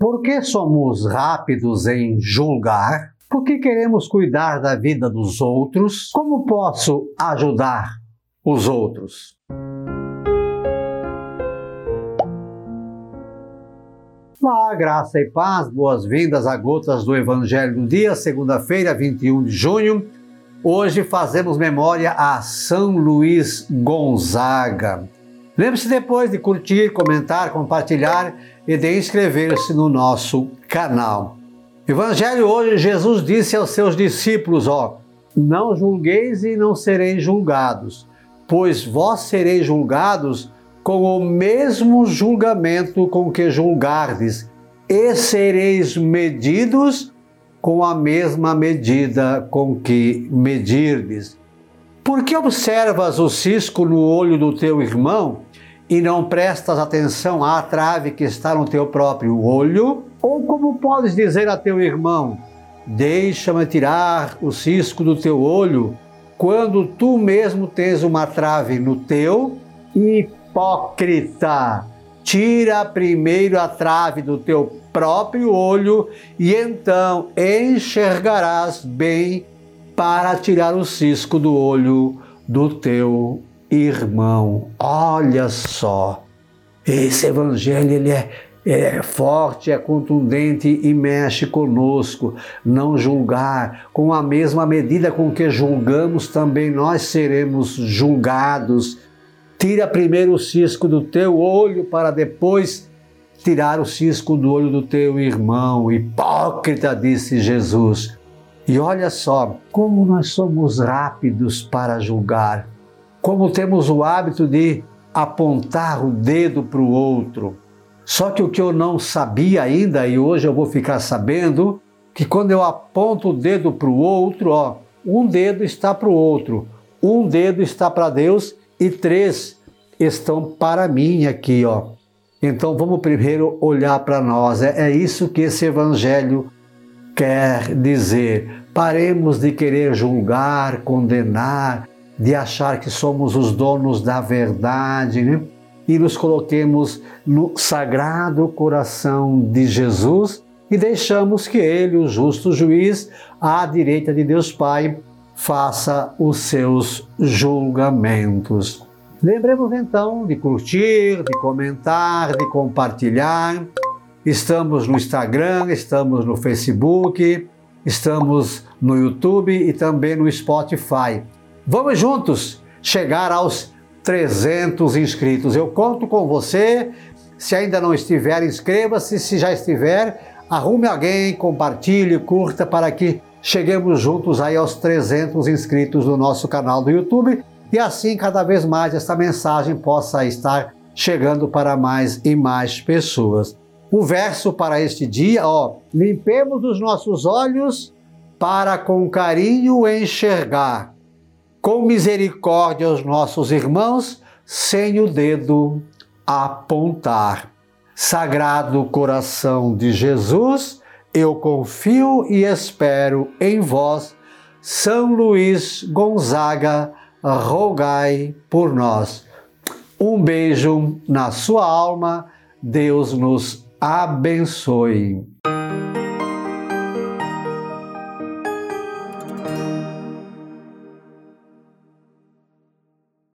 Por que somos rápidos em julgar? Por que queremos cuidar da vida dos outros? Como posso ajudar os outros? Olá, graça e paz, boas-vindas a Gotas do Evangelho do Dia, segunda-feira, 21 de junho. Hoje fazemos memória a São Luís Gonzaga. Lembre-se depois de curtir, comentar, compartilhar e de inscrever-se no nosso canal. Evangelho hoje, Jesus disse aos seus discípulos, não julgueis e não sereis julgados, pois vós sereis julgados com o mesmo julgamento com que julgardes, e sereis medidos com a mesma medida com que medirdes. Por que observas o cisco no olho do teu irmão e não prestas atenção à trave que está no teu próprio olho? Ou como podes dizer a teu irmão, deixa-me tirar o cisco do teu olho, quando tu mesmo tens uma trave no teu? Hipócrita! Tira primeiro a trave do teu próprio olho e então enxergarás bem para tirar o cisco do olho do teu irmão. Olha só, esse evangelho ele é forte, é contundente e mexe conosco. Não julgar, com a mesma medida com que julgamos, também nós seremos julgados. Tira primeiro o cisco do teu olho para depois tirar o cisco do olho do teu irmão. Hipócrita, disse Jesus. E olha só, como nós somos rápidos para julgar, como temos o hábito de apontar o dedo para o outro. Só que o que eu não sabia ainda, e hoje eu vou ficar sabendo, que quando eu aponto o dedo para o outro, um dedo está para o outro, um dedo está para Deus e 3 estão para mim aqui, Então vamos primeiro olhar para nós. É isso que esse evangelho quer dizer. Paremos de querer julgar, condenar, de achar que somos os donos da verdade, né? E nos coloquemos no sagrado coração de Jesus e deixamos que Ele, o justo juiz, à direita de Deus Pai, faça os seus julgamentos. Lembremos então de curtir, de comentar, de compartilhar. Estamos no Instagram, estamos no Facebook, estamos no YouTube e também no Spotify. Vamos juntos chegar aos 300 inscritos. Eu conto com você. Se ainda não estiver, inscreva-se. Se já estiver, arrume alguém, compartilhe, curta para que cheguemos juntos aí aos 300 inscritos no nosso canal do YouTube e assim cada vez mais essa mensagem possa estar chegando para mais e mais pessoas. O verso para este dia, limpemos os nossos olhos para com carinho enxergar, com misericórdia os nossos irmãos, sem o dedo apontar. Sagrado coração de Jesus, eu confio e espero em vós. São Luís Gonzaga, rogai por nós. Um beijo na sua alma, Deus nos abençoe.